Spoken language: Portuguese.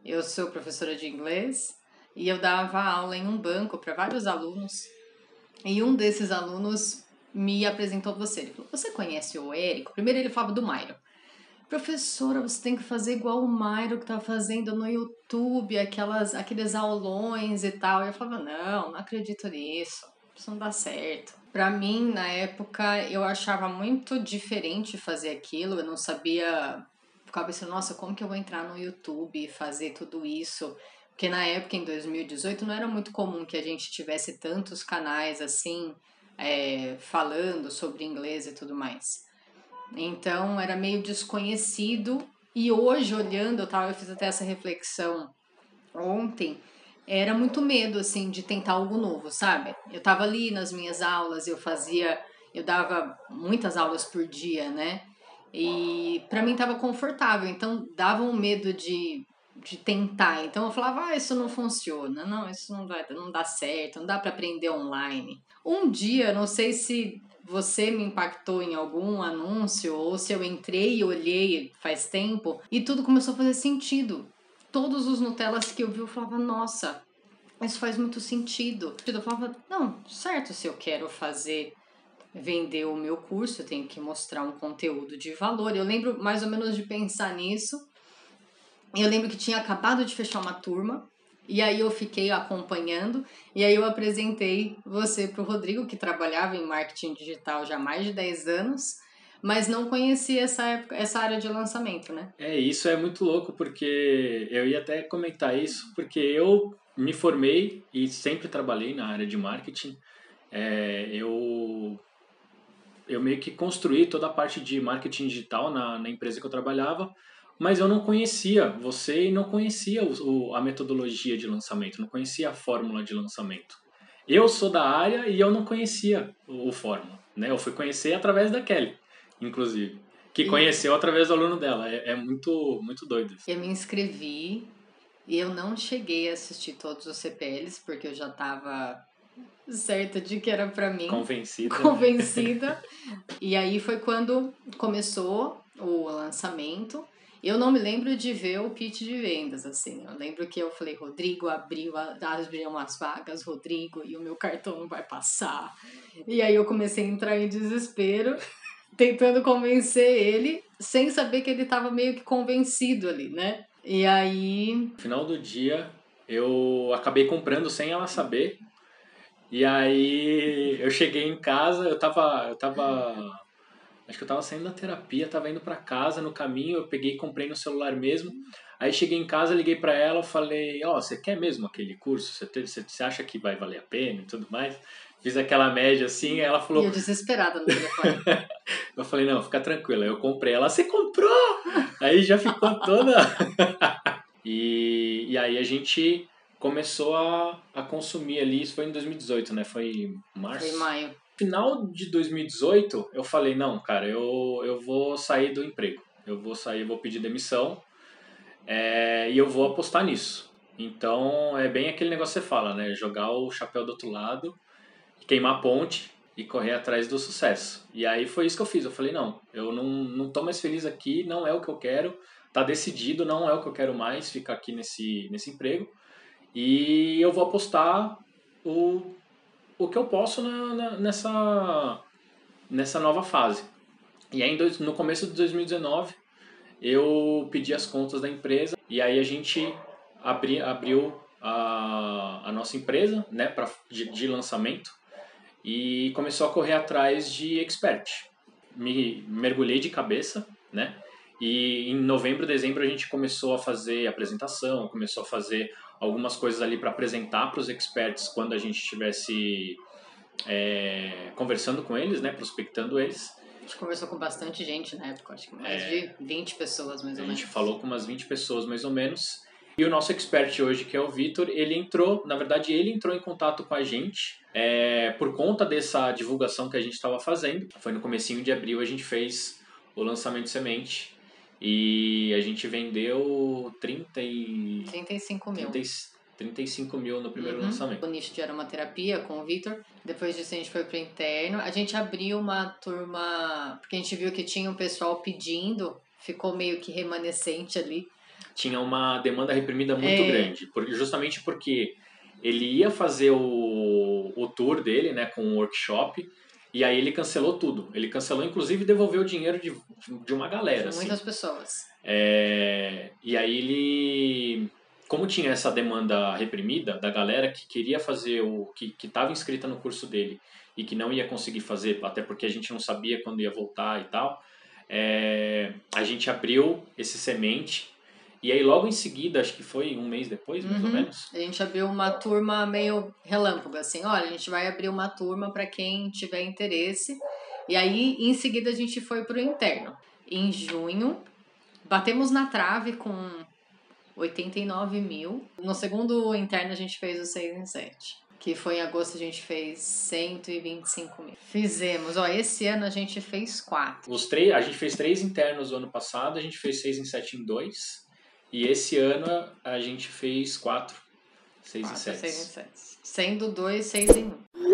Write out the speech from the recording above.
Eu sou professora de inglês e eu dava aula em um banco para vários alunos. E um desses alunos me apresentou você. Ele falou: Você conhece o Érico? Primeiro ele falava do Mairo. Professora, você tem que fazer igual o Mairo que tá fazendo no YouTube, aqueles aulões e tal. E eu falava: Não acredito nisso. Isso não dá certo. Pra mim, na época, eu achava muito diferente fazer aquilo. Eu não sabia. Ficava pensando, nossa, como que eu vou entrar no YouTube e fazer tudo isso? Porque na época, em 2018, não era muito comum que a gente tivesse tantos canais assim, falando sobre inglês e tudo mais. Então era meio desconhecido. E hoje, olhando, eu fiz até essa reflexão ontem, era muito medo, assim, de tentar algo novo, sabe? Eu tava ali nas minhas aulas, eu dava muitas aulas por dia, né? E pra mim tava confortável, então dava um medo de tentar. Então eu falava, isso não funciona, não, isso não dá certo, não dá pra aprender online. Um dia, não sei se você me impactou em algum anúncio ou se eu entrei e olhei faz tempo e tudo começou a fazer sentido. Todos os Nutellas que eu vi, eu falava, nossa, isso faz muito sentido. Eu falava, não, certo, se eu quero vender o meu curso, eu tenho que mostrar um conteúdo de valor. Eu lembro mais ou menos de pensar nisso. Eu lembro que tinha acabado de fechar uma turma, e aí eu fiquei acompanhando, e aí eu apresentei você para o Rodrigo, que trabalhava em marketing digital já há mais de 10 anos, mas não conhecia essa área de lançamento, né? Isso é muito louco, porque eu ia até comentar isso, porque eu me formei e sempre trabalhei na área de marketing. Eu meio que construí toda a parte de marketing digital na empresa que eu trabalhava, mas eu não conhecia você e não conhecia a metodologia de lançamento, não conhecia a fórmula de lançamento. Eu sou da área e eu não conhecia o fórmula, né? Eu fui conhecer através da Kelly, inclusive, que E conheceu através do aluno dela. É muito, muito doido isso. eu me inscrevi e eu não cheguei a assistir todos os CPLs, porque eu já estava certa de que era para mim, Convencida, né? convencida. E aí foi quando começou o lançamento. Eu não me lembro de ver o pitch de vendas, assim. Eu lembro que eu falei, Rodrigo, abriram as vagas, Rodrigo, e o meu cartão não vai passar. E aí eu comecei a entrar em desespero, tentando convencer ele, sem saber que ele estava meio que convencido ali, né? E aí. No final do dia, eu acabei comprando sem ela saber. E aí eu cheguei em casa, acho que eu tava saindo da terapia, tava indo pra casa no caminho, eu peguei e comprei no celular mesmo. Aí cheguei em casa, liguei pra ela, falei, você quer mesmo aquele curso? Você acha que vai valer a pena e tudo mais? Fiz aquela média assim, aí ela E eu falou, desesperada no telefone. eu falei, não, fica tranquila, eu comprei. Ela, você comprou? Aí já ficou toda... E aí a gente começou a consumir ali, isso foi em 2018, né? Foi em Foi em março. maio. Final de 2018, eu falei, não, cara, eu vou sair do emprego. Eu vou sair, eu vou pedir demissão, e eu vou apostar nisso. Então, é bem aquele negócio que você fala, né? Jogar o chapéu do outro lado, queimar a ponte e correr atrás do sucesso. E aí foi isso que eu fiz. Eu falei, não, eu não tô mais feliz aqui, não é o que eu quero, tá decidido, não é o que eu quero mais, ficar aqui nesse emprego. E eu vou apostar o que eu posso nessa nova fase. E aí, no começo de 2019, eu pedi as contas da empresa e aí a gente abriu a nossa empresa, né, de lançamento, e começou a correr atrás de expert. Me mergulhei de cabeça, né? E em novembro, dezembro a gente começou a fazer apresentação, começou a fazer algumas coisas ali para apresentar para os experts quando a gente estivesse conversando com eles, né, prospectando eles. A gente conversou com bastante gente na época, acho que mais de 20 pessoas, mais A ou gente menos. falou com umas 20 pessoas mais ou menos. E o nosso expert hoje, que é o Vitor, ele entrou, na verdade ele entrou em contato com a gente por conta dessa divulgação que a gente estava fazendo. Foi no comecinho de abril a gente fez o lançamento semente e a gente vendeu 35 mil. 35 mil no primeiro lançamento. O nicho de aromaterapia com o Vitor. Depois disso a gente foi pro interno. A gente abriu uma turma, porque a gente viu que tinha um pessoal pedindo, ficou meio que remanescente ali tinha uma demanda reprimida muito grande. Justamente porque ele ia fazer o tour dele, né, com o workshop, e aí ele cancelou tudo. Ele cancelou, inclusive, e devolveu o dinheiro de uma galera. De muitas pessoas. E aí ele... Como tinha essa demanda reprimida da galera que queria fazer que estava inscrita no curso dele e que não ia conseguir fazer, até porque a gente não sabia quando ia voltar e tal, a gente abriu esse semente. E aí logo em seguida, acho que foi um mês depois, mais ou menos. A gente abriu uma turma meio relâmpago, assim, olha, a gente vai abrir uma turma para quem tiver interesse. E aí, em seguida, a gente foi pro interno. Em junho, batemos na trave com 89 mil. No segundo interno, a gente fez o 6 em 7. Que foi em agosto, a gente fez 125 mil. Fizemos, esse ano a gente fez 4. A gente fez 3 internos no ano passado, a gente fez 6 em 7 em 2. E esse ano a gente fez 4, 6 em 7. 6 em 7. Sendo 2, 6 em 1.